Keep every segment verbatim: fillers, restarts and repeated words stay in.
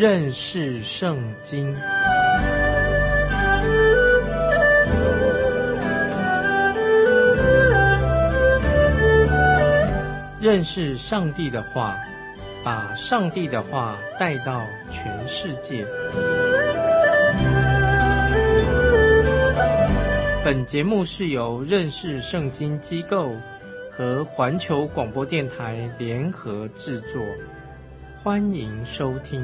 认识圣经。认识上帝的话，把上帝的话带到全世界。本节目是由认识圣经机构和环球广播电台联合制作，欢迎收听。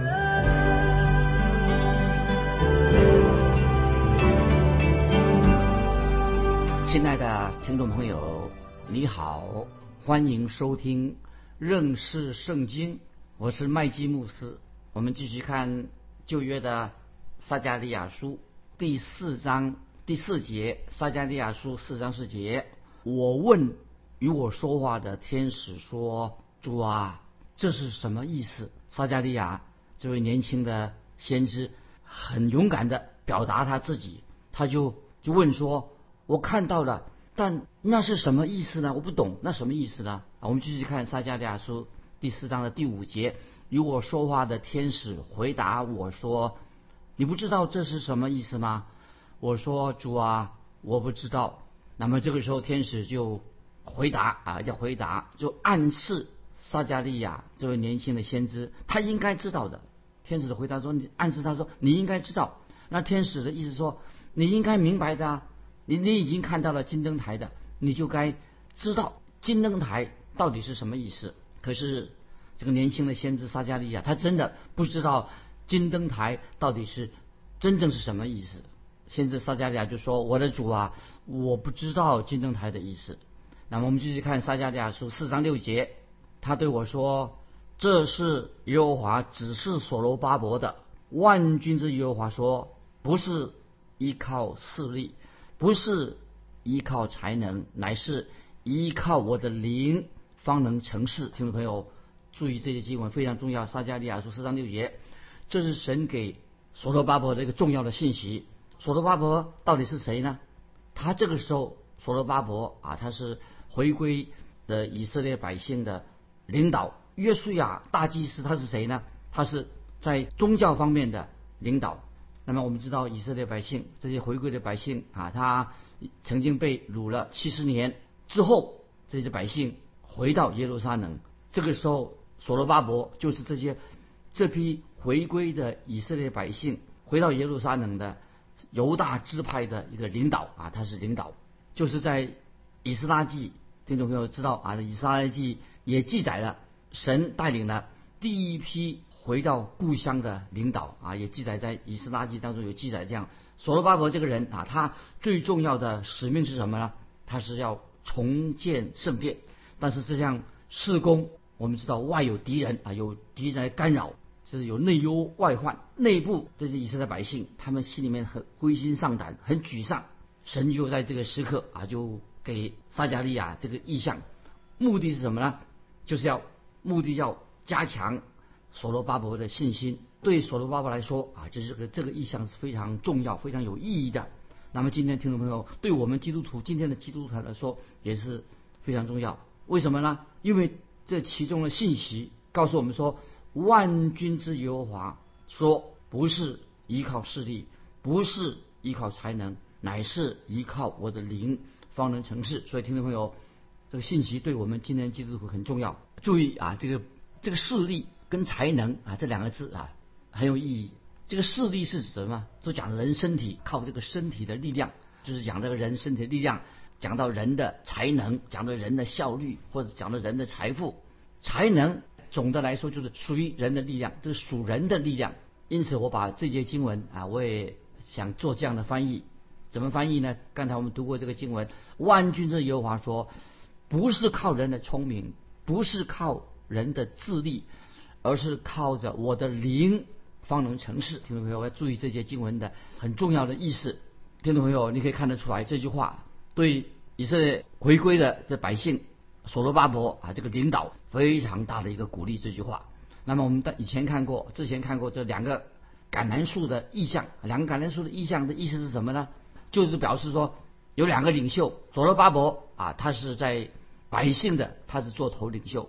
亲爱的听众朋友，你好，欢迎收听认识圣经，我是麦基牧师。我们继续看旧约的撒迦利亚书第四章第四节，撒迦利亚书四章四节，我问与我说话的天使说，主啊，这是什么意思？撒迦利亚这位年轻的先知很勇敢地表达他自己，他就就问说，我看到了，但那是什么意思呢？我不懂，那什么意思呢？啊，我们继续看撒迦利亚书第四章的第五节，与我说话的天使回答我说，你不知道这是什么意思吗？我说，主啊，我不知道。那么这个时候天使就回答啊，要回答，就暗示撒迦利亚这位年轻的先知他应该知道的。天使的回答说，你暗示他说你应该知道。那天使的意思说，你应该明白的啊，你你已经看到了金灯台的，你就该知道金灯台到底是什么意思。可是这个年轻的先知撒迦利亚他真的不知道金灯台到底是真正是什么意思。先知撒迦利亚就说，我的主啊，我不知道金灯台的意思。那么我们继续看撒迦利亚书四章六节，他对我说，这是耶和华指示所罗巴伯的。万军之耶和华说，不是依靠势力，不是依靠才能，乃是依靠我的灵方能成事。听众朋友注意，这些经文非常重要。撒迦利亚书四章六节，这是神给所罗巴伯的一个重要的信息。所罗巴伯到底是谁呢？他这个时候所罗巴伯啊，他是回归的以色列百姓的领导。约书亚大祭司他是谁呢？他是在宗教方面的领导。那么我们知道以色列百姓，这些回归的百姓啊，他曾经被掳了七十年之后，这些百姓回到耶路撒冷。这个时候所罗巴伯就是这些这批回归的以色列百姓回到耶路撒冷的犹大支派的一个领导啊，他是领导。就是在以斯拉记，听众朋友知道啊，以斯拉记也记载了神带领了第一批回到故乡的领导啊，也记载在以斯拉记当中有记载这样。所罗巴伯这个人啊，他最重要的使命是什么呢？他是要重建圣殿。但是这项事工，我们知道外有敌人啊，有敌人来干扰，就是有内忧外患，内部这些以色列百姓他们心里面很灰心丧胆，很沮丧。神就在这个时刻啊，就给撒迦利亚这个意象，目的是什么呢？就是要目的要加强所罗巴伯的信心。对所罗巴伯来说啊，这是个这个意象是非常重要、非常有意义的。那么今天听众朋友，对我们基督徒今天的基督徒来说也是非常重要。为什么呢？因为这其中的信息告诉我们说，万军之耶和华说，不是依靠势力，不是依靠才能，乃是依靠我的灵方能成事。所以听众朋友，这个信息对我们今天基督徒很重要。注意啊，这个这个势力跟才能啊这两个字啊很有意义。这个势力是指什么？就讲人身体，靠这个身体的力量，就是讲这个人身体的力量，讲到人的才能，讲到人的效率，或者讲到人的财富。才能总的来说就是属于人的力量，这是属人的力量。因此我把这节经文啊，我也想做这样的翻译。怎么翻译呢？刚才我们读过这个经文，万军之耶和华说，不是靠人的聪明，不是靠人的智力，而是靠着我的灵方能成事。听众朋友要注意这节经文的很重要的意思。听众朋友，你可以看得出来，这句话对以色列回归的这百姓所罗巴伯啊这个领导非常大的一个鼓励。这句话，那么我们以前看过，之前看过这两个橄榄树的意象，两个橄榄树的意象的意思是什么呢？就是表示说有两个领袖，所罗巴伯啊，他是在百姓的，他是做头领袖；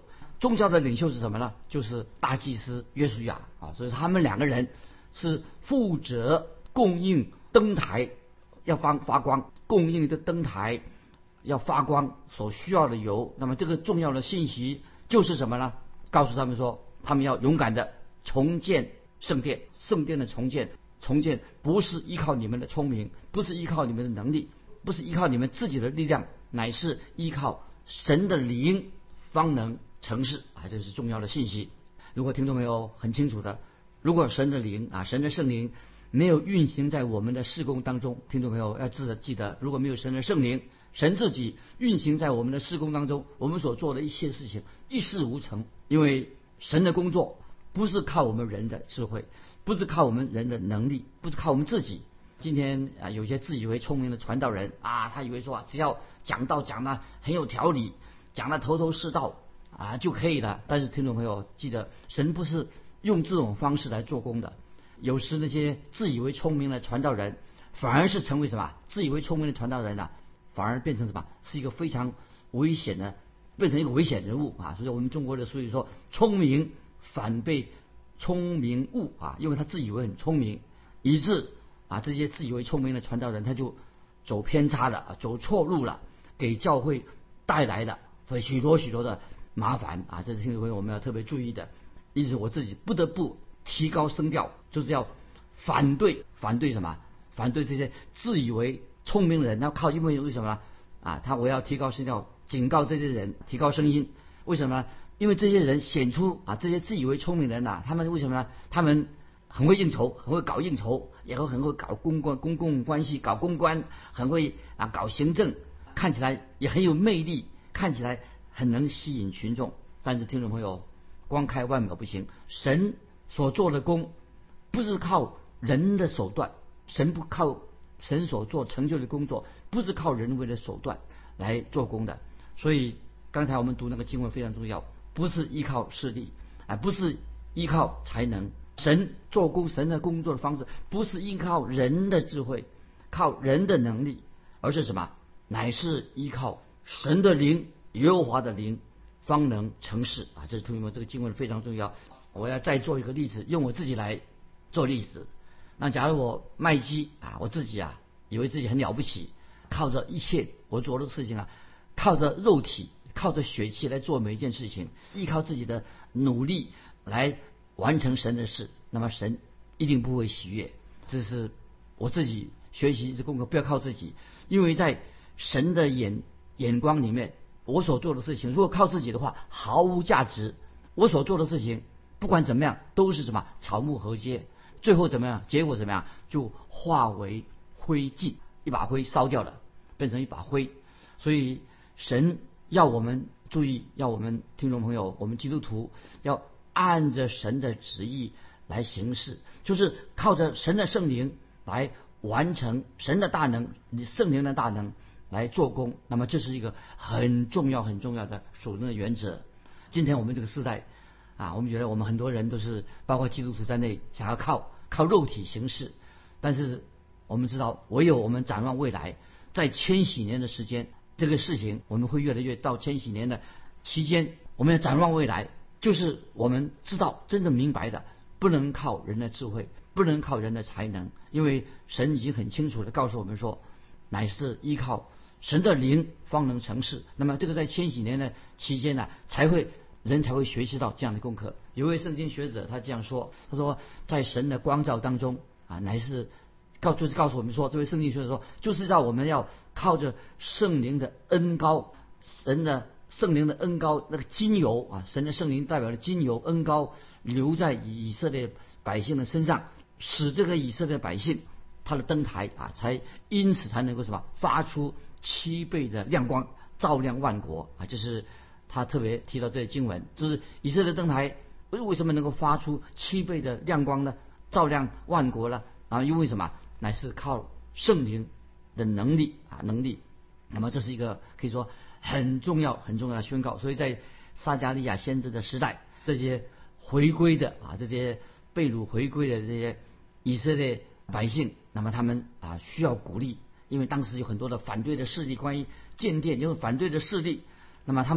宗教的领袖是什么呢？就是大祭司约书亚啊，所以他们两个人是负责供应灯台要发发光，供应这灯台要发光所需要的油。那么这个重要的信息就是什么呢？告诉他们说，他们要勇敢的重建圣殿，圣殿的重建，重建不是依靠你们的聪明，不是依靠你们的能力，不是依靠你们自己的力量，乃是依靠神的灵方能成事啊！这是重要的信息。如果听众朋友很清楚的，如果神的灵啊，神的圣灵没有运行在我们的事工当中，听众朋友要记得记得，如果没有神的圣灵，神自己运行在我们的事工当中，我们所做的一切事情一事无成。因为神的工作不是靠我们人的智慧，不是靠我们人的能力，不是靠我们自己。今天啊，有些自以为聪明的传道人啊，他以为说啊，只要讲道讲得很有条理，讲得头头是道啊就可以了。但是听众朋友记得，神不是用这种方式来做工的。有时那些自以为聪明的传道人，反而是成为什么？自以为聪明的传道人啊，反而变成什么？是一个非常危险的，变成一个危险人物啊！所以我们中国的俗语说，聪明反被聪明误啊，因为他自以为很聪明，以致啊这些自以为聪明的传道人他就走偏差了，走错路了，给教会带来的许多许多的麻烦啊！这是听众朋友我们要特别注意的。因此我自己不得不提高声调，就是要反对反对什么？反对这些自以为聪明的人。那靠因为为什么呢？啊，他我要提高声调，警告这些人，提高声音。为什么呢？因为这些人显出啊，这些自以为聪明的人呐、啊，他们为什么呢？他们很会应酬，很会搞应酬，也会很会搞公关、公共关系，搞公关，很会啊搞行政，看起来也很有魅力，看起来很能吸引群众。但是听众朋友，光开外表不行，神所做的工不是靠人的手段，神不靠神所做成就的工作不是靠人为的手段来做工的。所以刚才我们读那个经文非常重要，不是依靠势力啊，不是依靠才能。神做工，神的工作的方式不是依靠人的智慧，靠人的能力，而是什么？乃是依靠神的灵，耶和华的灵方能成事啊！这是同学们，这个经文非常重要。我要再做一个例子，用我自己来做例子。那假如我卖鸡啊，我自己啊以为自己很了不起，靠着一切我做的事情啊，靠着肉体，靠着血气来做每一件事情，依靠自己的努力来完成神的事，那么神一定不会喜悦。这是我自己学习这功课，不要靠自己，因为在神的眼眼光里面，我所做的事情如果靠自己的话毫无价值。我所做的事情不管怎么样都是什么草木禾秸，最后怎么样？结果怎么样？就化为灰烬，一把灰烧掉了，变成一把灰。所以神要我们注意，要我们听众朋友，我们基督徒要按着神的旨意来行事，就是靠着神的圣灵来完成神的大能，圣灵的大能来做工。那么这是一个很重要很重要的属灵的原则。今天我们这个时代啊，我们觉得我们很多人都是包括基督徒在内，想要靠靠肉体行事。但是我们知道，唯有我们展望未来，在千禧年的时间，这个事情我们会越来越到千禧年的期间，我们要展望未来，就是我们知道真正明白的，不能靠人的智慧，不能靠人的才能，因为神已经很清楚的告诉我们说，乃是依靠神的灵方能成事。那么这个在千禧年的期间呢，才会人才会学习到这样的功课。有一位圣经学者他这样说，他说在神的光照当中啊，乃是告就是告诉我们说，这位圣经学者说，就是让我们要靠着圣灵的恩膏，神的圣灵的恩膏，那个金油啊，神的圣灵代表的金油恩膏留在以色列百姓的身上，使这个以色列百姓他的灯台啊，才因此才能够什么发出七倍的亮光，照亮万国啊！这是他特别提到这些经文，就是以色列灯台为什么能够发出七倍的亮光呢？照亮万国呢？啊，因为什么？乃是靠圣灵的能力啊，能力。那么这是一个可以说很重要很重要的宣告。所以在撒迦利亚先知的时代，这些回归的啊，这些被掳回归的这些以色列百姓，那么他们啊需要鼓励，因为当时有很多的反对的势力，关于建殿有反对的势力，那么他们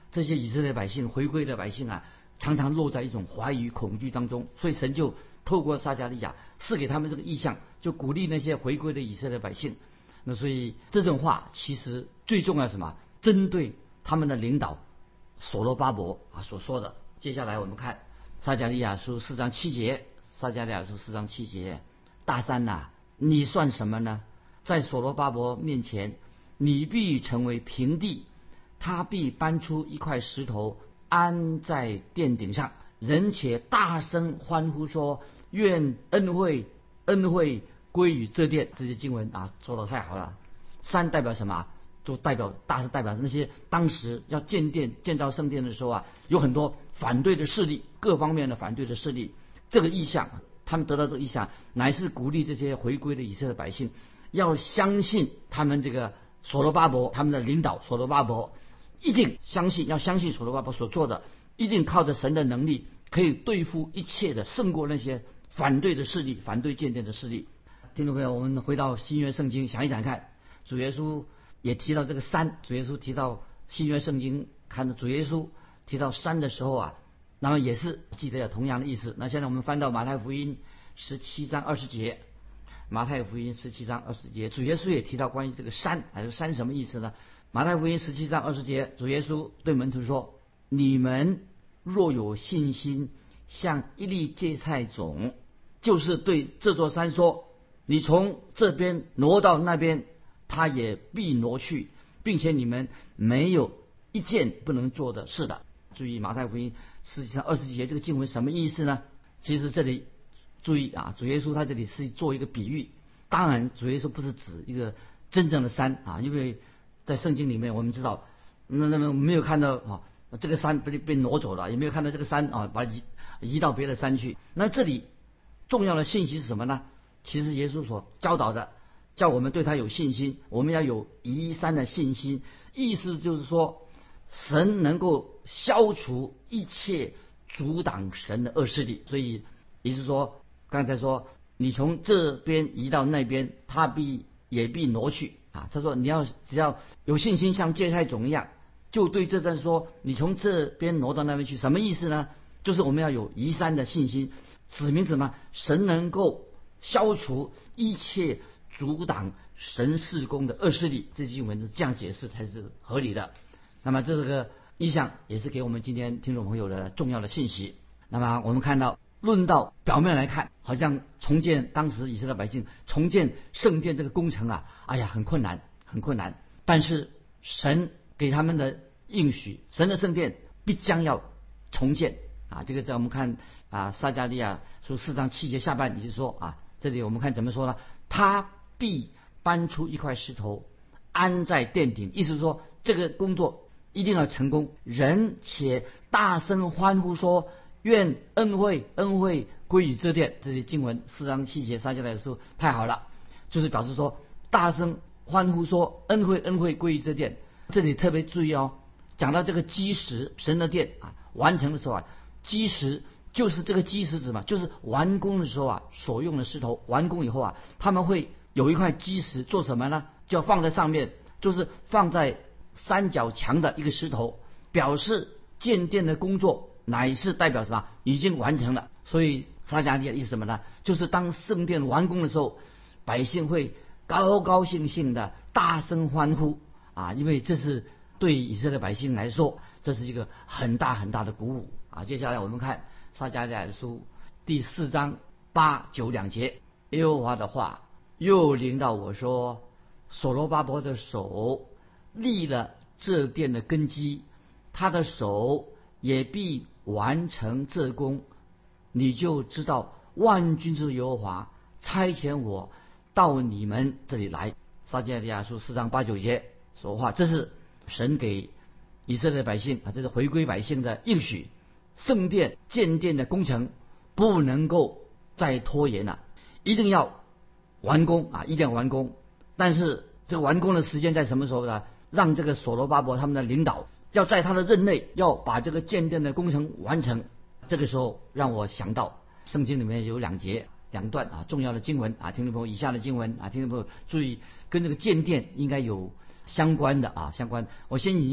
这些以色列百姓回归的百姓啊，常常落在一种怀疑恐惧当中，所以神就透过撒迦利亚赐给他们这个意象，就鼓励那些回归的以色列百姓。那所以这种话其实最重要是什么？针对他们的领导所罗巴伯啊所说的。接下来我们看撒迦利亚书四章七节，撒迦利亚书四章七节，大山呐、啊，你算什么呢？在所罗巴伯面前，你必成为平地，他必搬出一块石头安在殿顶上，人且大声欢呼说：愿恩惠恩惠归于这殿。这些经文啊说得太好了。山代表什么？就代表大是代表那些当时要建殿建造圣殿的时候啊，有很多反对的势力，各方面的反对的势力。这个意象，他们得到这个意象，乃是鼓励这些回归的以色列百姓要相信他们这个所罗巴伯，他们的领导所罗巴伯一定相信，要相信所罗巴伯所做的，一定靠着神的能力可以对付一切的，胜过那些反对的势力，反对建殿的势力。听众朋友，我们回到新约圣经想一想看，主耶稣也提到这个山，主耶稣提到新约圣经，看到主耶稣提到山的时候啊，那么也是记得有同样的意思。那现在我们翻到马太福音十七章二十节，马太福音十七章二十节，主耶稣也提到关于这个山，还是山什么意思呢？马太福音十七章二十节，主耶稣对门徒说：你们若有信心，像一粒芥菜种，就是对这座山说，你从这边挪到那边，他也必挪去，并且你们没有一件不能做的事的。注意马太福音实际上二十节这个经文什么意思呢？其实这里注意啊，主耶稣他这里是做一个比喻，当然主耶稣不是指一个真正的山啊，因为在圣经里面我们知道，那那么没有看到啊这个山被被挪走了，也没有看到这个山啊把它移移到别的山去。那这里重要的信息是什么呢？其实耶稣所教导的，叫我们对他有信心，我们要有移山的信心，意思就是说神能够消除一切阻挡神的恶势力。所以也就是说，刚才说你从这边移到那边，他必也必挪去啊。他说你要只要有信心，像芥菜种一样，就对这阵说你从这边挪到那边去。什么意思呢？就是我们要有移山的信心，指明什么？神能够消除一切阻挡神事工的恶势力。这经文是这样解释才是合理的。那么这个意象也是给我们今天听众朋友的重要的信息。那么我们看到，论到表面来看，好像重建当时以色列百姓重建圣殿这个工程啊，哎呀很困难很困难。但是神给他们的应许，神的圣殿必将要重建啊。这个在我们看啊撒迦利亚书四章七节下半，也就是说啊，这里我们看怎么说呢？他必搬出一块石头安在殿顶，意思是说这个工作一定要成功。人且大声欢呼说：愿恩惠恩惠归于这殿。这些经文四章七节撒迦利亚书太好了，就是表示说大声欢呼说恩惠恩惠归于这殿。这里特别注意哦，讲到这个基石，神的殿啊完成的时候啊，基石就是这个基石指嘛，就是完工的时候啊所用的石头。完工以后啊，他们会有一块基石做什么呢？就放在上面，就是放在三角墙的一个石头，表示建殿的工作乃是代表什么？已经完成了。所以撒迦利亚的意思什么呢？就是当圣殿完工的时候，百姓会高高兴兴的大声欢呼啊，因为这是对以色列百姓来说，这是一个很大很大的鼓舞啊。接下来我们看撒迦利亚书第四章八九两节，耶和华的话又临到我说：所罗巴伯的手立了这殿的根基，他的手也必完成这工，你就知道万军之耶和华差遣我到你们这里来。撒迦利亚书四章八九节说话，这是神给以色列百姓啊，这是回归百姓的应许。圣殿建殿的工程不能够再拖延了，一定要完工啊，一定要完工。但是这个完工的时间在什么时候呢？让这个所罗巴伯他们的领导要在他的任内要把这个建殿的工程完成。这个时候让我想到圣经里面有两节两段啊重要的经文啊，听众朋友，以下的经文啊，听众朋友注意，跟这个建殿应该有相关的啊相关。我先引用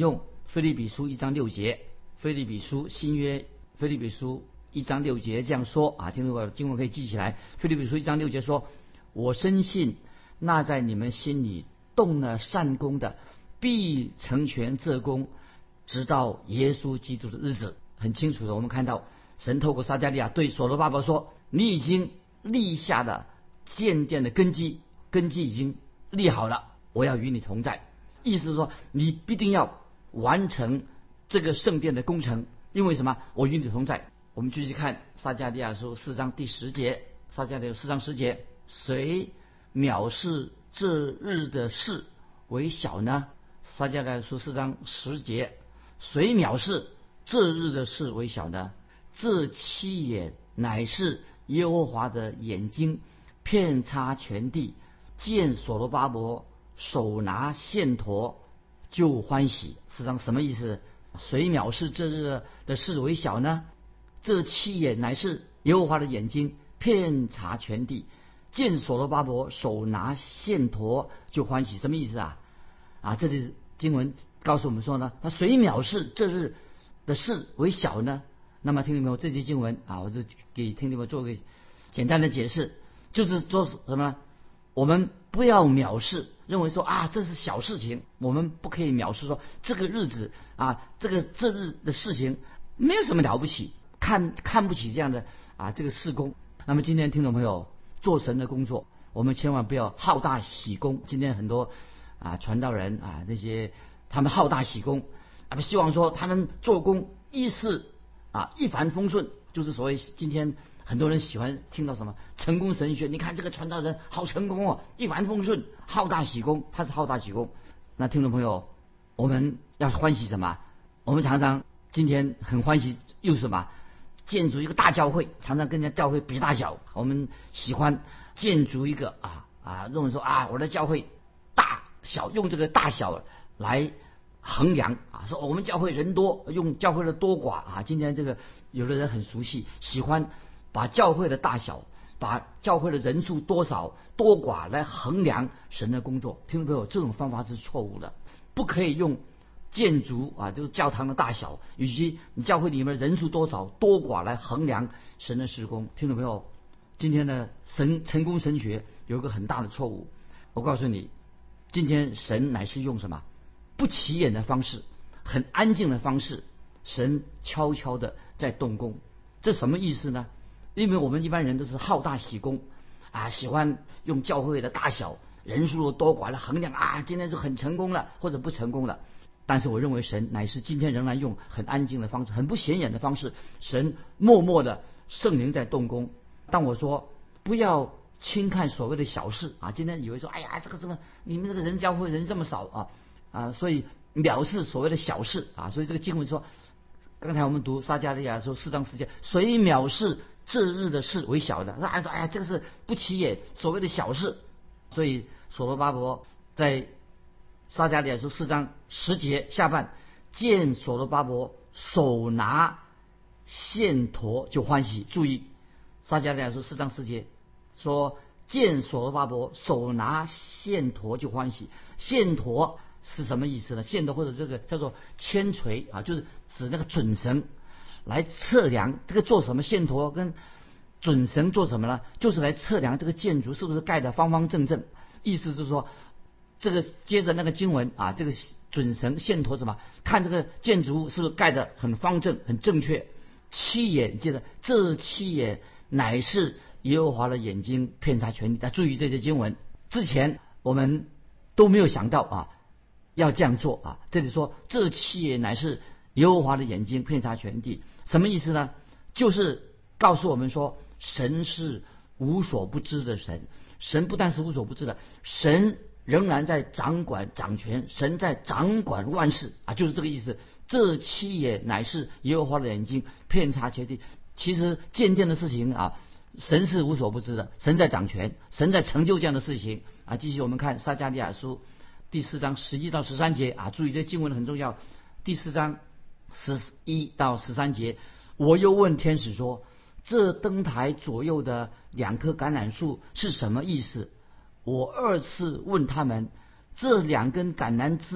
腓立比书一章六节，腓立比书新约腓立比书一章六节这样说啊，听众朋友经文可以记起来。腓立比书一章六节说：我深信那在你们心里动了善功的，必成全这功，直到耶稣基督的日子。很清楚的，我们看到神透过撒迦利亚对所罗巴伯说：你已经立下了建殿的根基，根基已经立好了，我要与你同在。意思是说，你必定要完成这个圣殿的工程，因为什么？我与你同在。我们继续看撒迦利亚书四章第十节，撒迦利亚四章十节，谁藐视这日的事为小呢？撒迦利亚书四章十节，谁藐视这日的事为小呢？这七眼乃是耶和华的眼睛，遍察全地，见所罗巴伯手拿线砣就欢喜。四章什么意思？谁藐视这日的事为小呢？这七眼乃是耶和华的眼睛，遍察全地，见所罗巴伯手拿线砣就欢喜。什么意思啊？啊，这里经文告诉我们说呢，他谁藐视这日的事为小呢？那么听众朋友，这节经文啊，我就给听众朋友做个简单的解释，就是说什么呢？我们不要藐视，认为说啊这是小事情，我们不可以藐视说这个日子啊，这个这日的事情没有什么了不起，看看不起这样的啊这个事工。那么今天听众朋友，做神的工作，我们千万不要好大喜功。今天很多啊传道人啊那些他们好大喜功，啊不希望说他们做工一是啊一帆风顺，就是所谓今天很多人喜欢听到什么成功神学，你看这个传道人好成功哦，一帆风顺，好大喜功，他是好大喜功。那听众朋友，我们要欢喜什么？我们常常今天很欢喜又什么？建筑一个大教会，常常跟人家教会比大小。我们喜欢建筑一个啊啊，认为说啊我的教会大小，用这个大小来衡量啊，说我们教会人多，用教会的多寡啊。今天这个有的人很熟悉，喜欢把教会的大小，把教会的人数多少多寡来衡量神的工作。听众朋友，这种方法是错误的，不可以用建筑啊，就是教堂的大小，以及你教会里面人数多少多寡来衡量神的事工。听众朋友，今天的神成功神学有一个很大的错误。我告诉你，今天神乃是用什么不起眼的方式，很安静的方式，神悄悄的在动工。这什么意思呢？因为我们一般人都是好大喜功啊，喜欢用教会的大小人数多寡来衡量啊，今天是很成功了或者不成功了。但是我认为神乃是今天仍然用很安静的方式，很不显眼的方式，神默默的圣灵在动工。当我说不要轻看所谓的小事啊，今天以为说哎呀这个什么你们这个人教会人这么少啊啊，所以藐视所谓的小事啊。所以这个经文说，刚才我们读撒迦利亚说四章十节，谁藐视这日的事为小的，他说哎呀这个是不起眼所谓的小事。所以所罗巴伯在撒迦利亚书四章十节下半，见所罗巴伯手拿线砣就欢喜。注意，撒迦利亚书四章十节说，见所罗巴伯手拿线砣就欢喜。线砣是什么意思呢？线砣或者这个叫做铅锤啊，就是指那个准绳来测量这个做什么。线砣跟准绳做什么呢？就是来测量这个建筑是不是盖得方方正正。意思就是说，这个接着那个经文啊，这个准绳线砣什么？看这个建筑物是不是盖得很方正、很正确。七眼，记得这七眼乃是耶和华的眼睛，遍察全地。大家注意这些经文，之前我们都没有想到啊，要这样做啊。这里说这七眼乃是耶和华的眼睛，遍察全地，什么意思呢？就是告诉我们说，神是无所不知的神。神不但是无所不知的，神仍然在掌管掌权，神在掌管万事啊，就是这个意思。这七眼乃是耶和华的眼睛，遍察全地。其实渐渐的事情啊，神是无所不知的，神在掌权，神在成就这样的事情啊。继续我们看撒迦利亚书第四章十一到十三节啊，注意这经文很重要。第四章十一到十三节，我又问天使说，这灯台左右的两棵橄榄树是什么意思？我二次问他们，这两根橄榄枝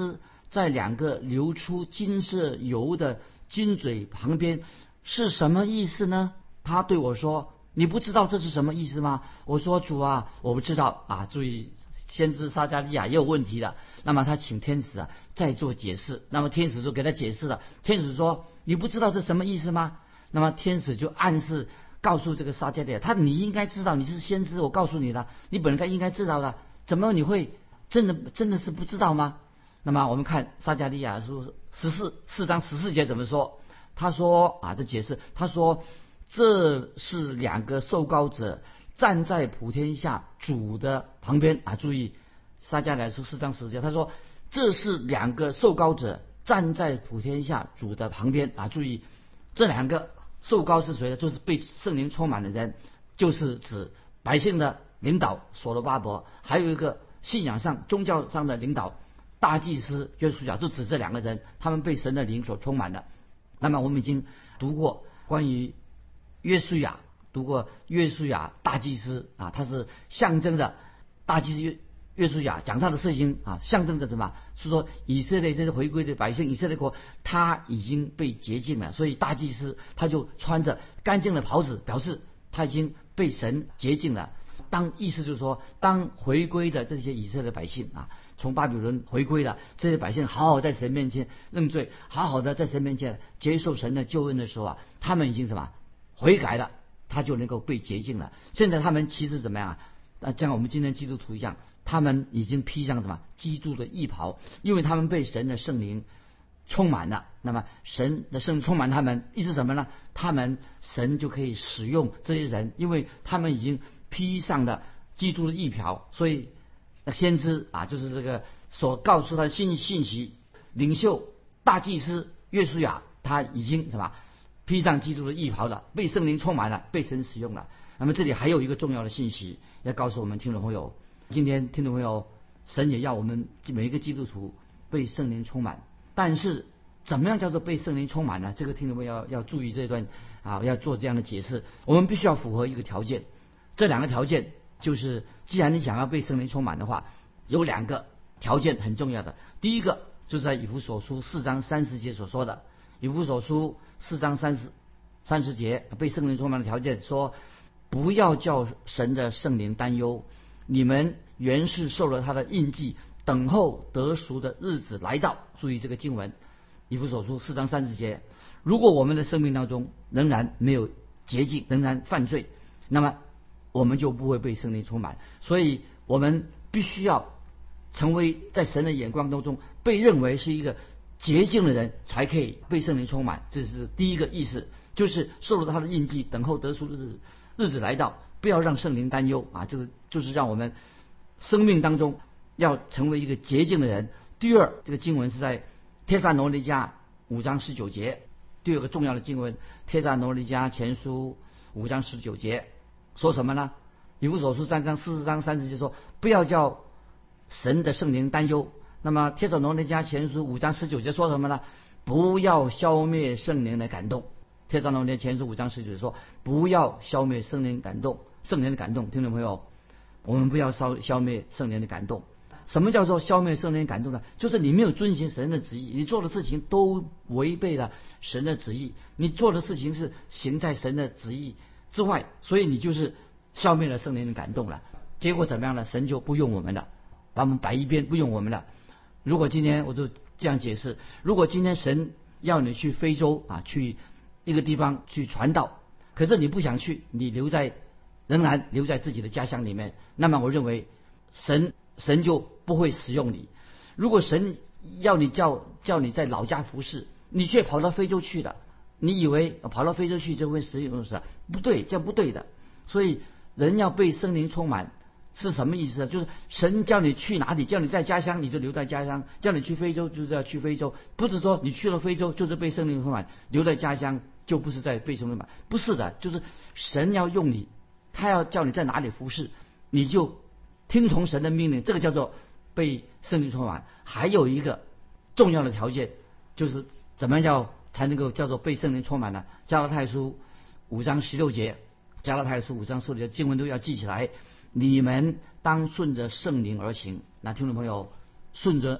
在两个流出金色油的金嘴旁边，是什么意思呢？他对我说，你不知道这是什么意思吗？我说，主啊，我不知道啊。注意，先知撒迦利亚也有问题的。那么他请天使啊再做解释，那么天使就给他解释了。天使说，你不知道这什么意思吗？那么天使就暗示告诉这个撒迦利亚，他你应该知道，你是先知，我告诉你的，你本该应该知道的，怎么你会真的真的是不知道吗？那么我们看撒迦利亚书十四四章十四节怎么说？他说啊，这解释，他说这是两个受膏者站在普天下主的旁边啊。注意撒迦利亚书四章十节，他说这是两个受膏者站在普天下主的旁边啊。注意这两个受膏是谁呢？就是被圣灵充满的人，就是指百姓的领导所罗巴伯，还有一个信仰上宗教上的领导大祭司约书亚，就指这两个人，他们被神的灵所充满的。那么我们已经读过关于约书亚，读过约书亚大祭司啊，他是象征着大祭司约约书亚讲他的事情啊，象征着什么？是说以色列这些回归的百姓，以色列国他已经被洁净了，所以大祭司他就穿着干净的袍子，表示他已经被神洁净了。当意思就是说，当回归的这些以色列百姓啊，从巴比伦回归了，这些百姓好好在神面前认罪，好好的在神面前接受神的救恩的时候啊，他们已经什么悔改了，他就能够被洁净了。现在他们其实怎么样啊？那像我们今天基督徒一样，他们已经披上什么基督的义袍，因为他们被神的圣灵充满了。那么神的圣灵充满他们，意思什么呢？他们神就可以使用这些人，因为他们已经披上了基督的义袍。所以先知啊，就是这个所告诉他的信信息，领袖大祭司约书亚他已经什么披上基督的义袍了，被圣灵充满了，被神使用了。那么这里还有一个重要的信息要告诉我们听众朋友，今天听众朋友，神也要我们每一个基督徒被圣灵充满。但是怎么样叫做被圣灵充满呢？这个听众朋友要要注意这一段啊，要做这样的解释。我们必须要符合一个条件，这两个条件就是，既然你想要被圣灵充满的话，有两个条件很重要的。第一个就是在以弗所书四章三十节所说的，以弗所书四章三十三十节被圣灵充满的条件说，不要叫神的圣灵担忧，你们原是受了他的印记，等候得赎的日子来到。注意这个经文，以弗所书四章三十节，如果我们的生命当中仍然没有洁净，仍然犯罪，那么我们就不会被圣灵充满。所以我们必须要成为在神的眼光当中被认为是一个洁净的人，才可以被圣灵充满。这是第一个意思，就是受了他的印记，等候得赎的日子日子来到，不要让圣灵担忧啊！这个就是让我们生命当中要成为一个洁净的人。第二，这个经文是在帖撒罗尼迦五章十九节，第二个重要的经文，帖撒罗尼迦前书五章十九节说什么呢？以弗所书三章四十章三十节说，不要叫神的圣灵担忧。那么帖撒罗尼迦前书五章十九节说什么呢？不要消灭圣灵的感动。帖撒罗尼迦前书五章十九节说，不要消灭圣灵感动，圣灵的感动。听众朋友，我们不要消消灭圣灵的感动。什么叫做消灭圣灵感动呢？就是你没有遵行神的旨意，你做的事情都违背了神的旨意，你做的事情是行在神的旨意之外，所以你就是消灭了圣灵的感动了。结果怎么样呢？神就不用我们了，把我们摆一边，不用我们了。如果今天我就这样解释，如果今天神要你去非洲啊，去一个地方去传道，可是你不想去，你留在仍然留在自己的家乡里面，那么我认为神神就不会使用你。如果神要你叫叫你在老家服侍，你却跑到非洲去了，你以为跑到非洲去就会使用神？不对，这样不对的。所以人要被圣灵充满是什么意思呢？就是神叫你去哪里，叫你在家乡你就留在家乡，叫你去非洲就是要去非洲，不是说你去了非洲就是被圣灵充满，留在家乡就不是在被圣灵充满，不是的。就是神要用你，他要叫你在哪里服侍，你就听从神的命令，这个叫做被圣灵充满。还有一个重要的条件，就是怎么样才能够叫做被圣灵充满呢？加拉太书五章十六节，加拉太书五章十六节经文都要记起来。你们当顺着圣灵而行。那听众朋友，顺着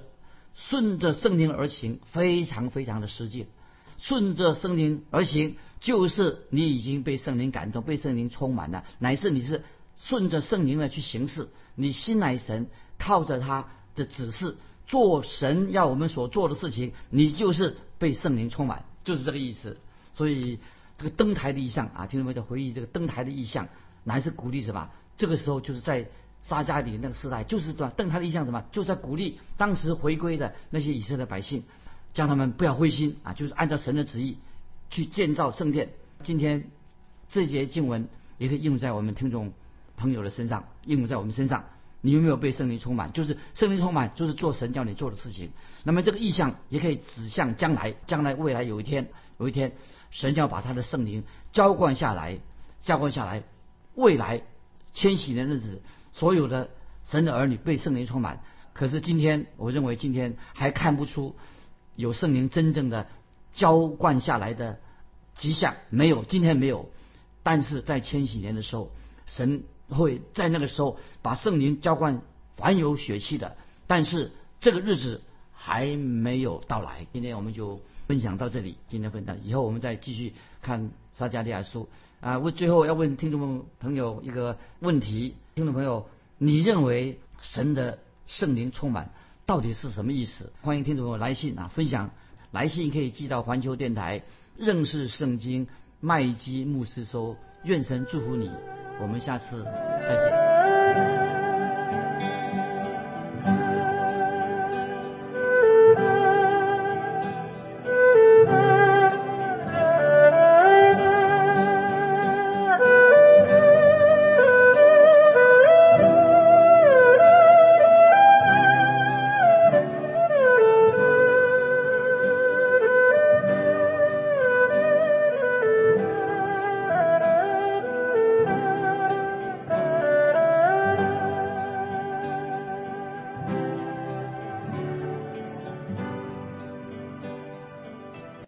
顺着圣灵而行非常非常的实际。顺着圣灵而行，就是你已经被圣灵感动，被圣灵充满了，乃是你是顺着圣灵的去行事，你心乃神，靠着他的指示做神要我们所做的事情，你就是被圣灵充满，就是这个意思。所以这个登台的意象啊，听众朋友回忆这个登台的意象，乃是鼓励什么？这个时候就是在撒迦利那个时代，就是对吧？登台的意象什么？就是在鼓励当时回归的那些以色列百姓，叫他们不要灰心啊，就是按照神的旨意去建造圣殿。今天这节经文也可以应用在我们听众朋友的身上，应用在我们身上。你有没有被圣灵充满？就是圣灵充满，就是做神叫你做的事情。那么这个意象也可以指向将来，将来未来有一天，有一天神要把他的圣灵浇灌下来，浇灌下来，未来千禧年的日子，所有的神的儿女被圣灵充满。可是今天，我认为今天还看不出有圣灵真正的浇灌下来的迹象，没有，今天没有。但是在千禧年的时候，神会在那个时候把圣灵浇灌凡有血气的，但是这个日子还没有到来。今天我们就分享到这里，今天分享以后我们再继续看撒迦利亚书啊。我最后要问听众朋友一个问题，听众朋友，你认为神的圣灵充满到底是什么意思？欢迎听众朋友来信啊，分享。来信可以寄到环球电台认识圣经麦基牧师收。愿神祝福你，我们下次再见。